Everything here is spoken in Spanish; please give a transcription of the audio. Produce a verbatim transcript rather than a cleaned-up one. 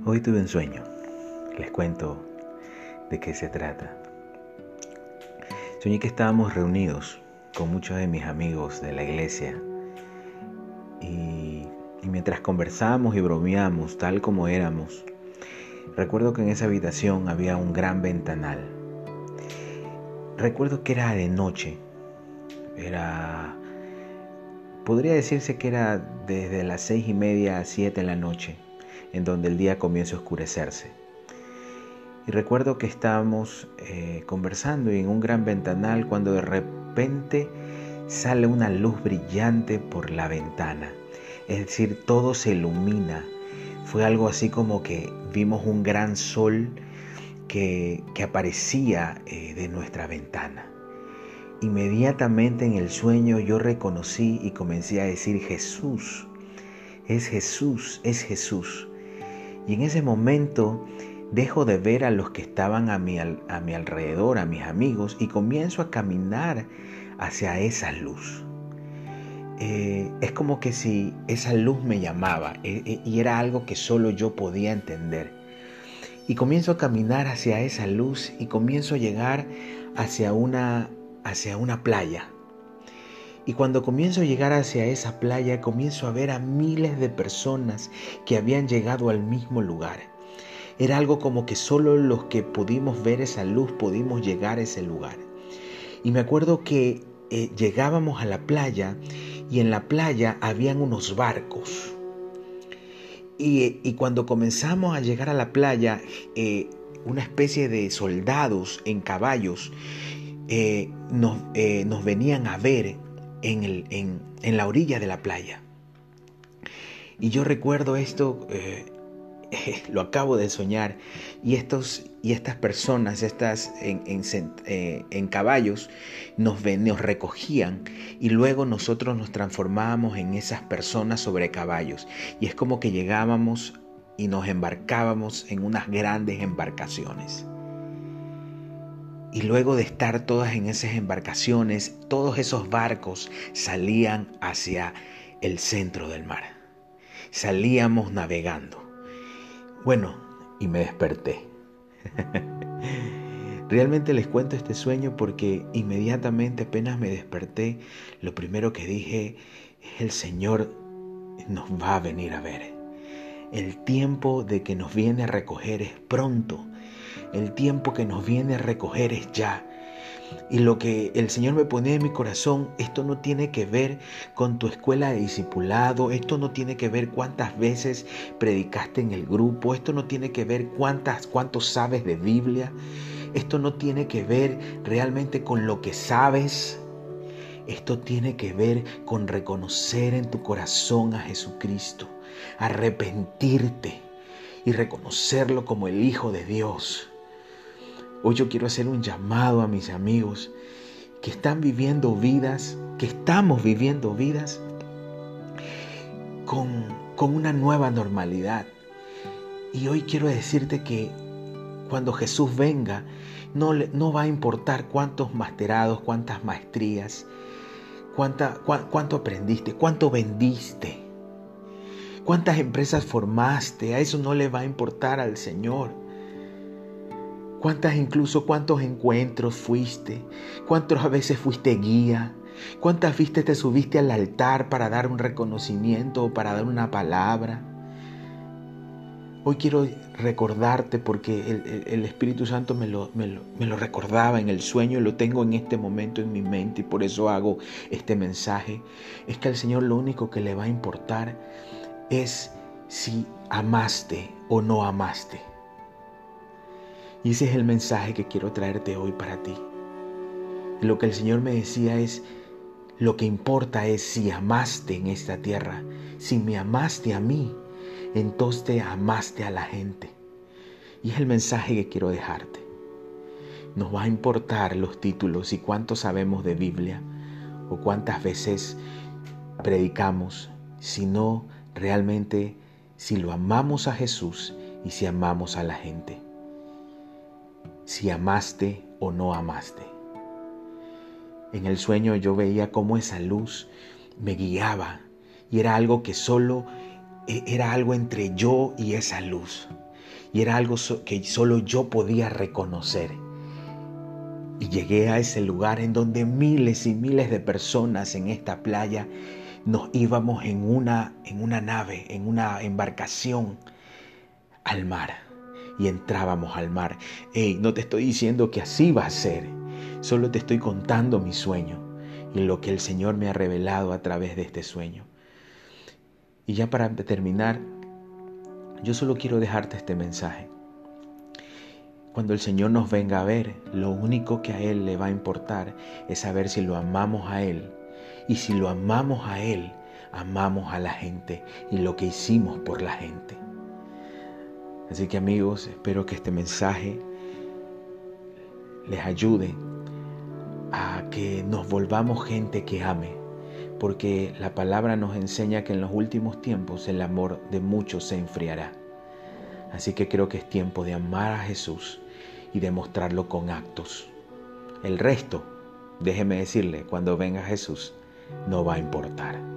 Hoy tuve un sueño. Les cuento de qué se trata. Soñé que estábamos reunidos con muchos de mis amigos de la iglesia y, y mientras conversábamos y bromeábamos tal como éramos, recuerdo que en esa habitación había un gran ventanal. Recuerdo que era de noche. Era... Podría decirse que era desde las seis y media a siete de la noche, en donde el día comienza a oscurecerse. Y recuerdo que estábamos eh, conversando y en un gran ventanal cuando de repente sale una luz brillante por la ventana. Es decir, todo se ilumina. Fue algo así como que vimos un gran sol que, que aparecía eh, de nuestra ventana. Inmediatamente en el sueño yo reconocí y comencé a decir: Jesús, es Jesús, es Jesús. Y en ese momento dejo de ver a los que estaban a mi, a mi alrededor, a mis amigos, y comienzo a caminar hacia esa luz. Eh, es como que si esa luz me llamaba eh, eh, y era algo que solo yo podía entender. Y comienzo a caminar hacia esa luz y comienzo a llegar hacia una, hacia una playa. Y cuando comienzo a llegar hacia esa playa, comienzo a ver a miles de personas que habían llegado al mismo lugar. Era algo como que solo los que pudimos ver esa luz pudimos llegar a ese lugar. Y me acuerdo que eh, llegábamos a la playa y en la playa habían unos barcos. Y, y cuando comenzamos a llegar a la playa, eh, una especie de soldados en caballos eh, nos, eh, nos venían a ver en, el, en, en la orilla de la playa. Y yo recuerdo esto, eh, eh, lo acabo de soñar, y, estos, y estas personas estas en, en, eh, en caballos nos, ven, nos recogían y luego nosotros nos transformábamos en esas personas sobre caballos. Y es como que llegábamos y nos embarcábamos en unas grandes embarcaciones. Y luego de estar todas en esas embarcaciones, todos esos barcos salían hacia el centro del mar. Salíamos navegando. Bueno, y me desperté. Realmente les cuento este sueño porque inmediatamente apenas me desperté, lo primero que dije: el Señor nos va a venir a ver. El tiempo de que nos viene a recoger es pronto. El tiempo que nos viene a recoger es ya. Y lo que el Señor me pone en mi corazón, esto no tiene que ver con tu escuela de discipulado, esto no tiene que ver cuántas veces predicaste en el grupo, esto no tiene que ver cuántas, cuántos sabes de Biblia, esto no tiene que ver realmente con lo que sabes. Esto tiene que ver con reconocer en tu corazón a Jesucristo, arrepentirte y reconocerlo como el Hijo de Dios. Hoy yo quiero hacer un llamado a mis amigos que están viviendo vidas, que estamos viviendo vidas con, con una nueva normalidad. Y hoy quiero decirte que cuando Jesús venga, no, no va a importar cuántos masterados, cuántas maestrías, cuánta, cu- cuánto aprendiste, cuánto vendiste, cuántas empresas formaste. A eso no le va a importar al Señor. Cuántas, incluso cuántos encuentros fuiste, cuántas veces fuiste guía, cuántas veces te subiste al altar para dar un reconocimiento o para dar una palabra. Hoy quiero recordarte porque el, el, el Espíritu Santo me lo, me, lo, me lo recordaba en el sueño y lo tengo en este momento en mi mente y por eso hago este mensaje. Es que al Señor lo único que le va a importar es si amaste o no amaste. Y ese es el mensaje que quiero traerte hoy para ti. Y lo que el Señor me decía es: lo que importa es si amaste en esta tierra. Si me amaste a mí, entonces te amaste a la gente. Y es el mensaje que quiero dejarte. Nos va a importar los títulos y cuánto sabemos de Biblia o cuántas veces predicamos, sino realmente si lo amamos a Jesús y si amamos a la gente. Si amaste o no amaste. En el sueño yo veía cómo esa luz me guiaba y era algo que solo era algo entre yo y esa luz. y era algo que solo yo podía reconocer. Y llegué a ese lugar en donde miles y miles de personas en esta playa nos íbamos en una, en una nave, en una embarcación al mar. Y entrábamos al mar. Hey, no te estoy diciendo que así va a ser. Solo te estoy contando mi sueño y lo que el Señor me ha revelado a través de este sueño. Y ya para terminar, yo solo quiero dejarte este mensaje. Cuando el Señor nos venga a ver, lo único que a Él le va a importar es saber si lo amamos a Él. Y si lo amamos a Él, amamos a la gente y lo que hicimos por la gente. Así que amigos, espero que este mensaje les ayude a que nos volvamos gente que ame. Porque la palabra nos enseña que en los últimos tiempos el amor de muchos se enfriará. Así que creo que es tiempo de amar a Jesús y demostrarlo con actos. El resto, déjeme decirle, cuando venga Jesús, no va a importar.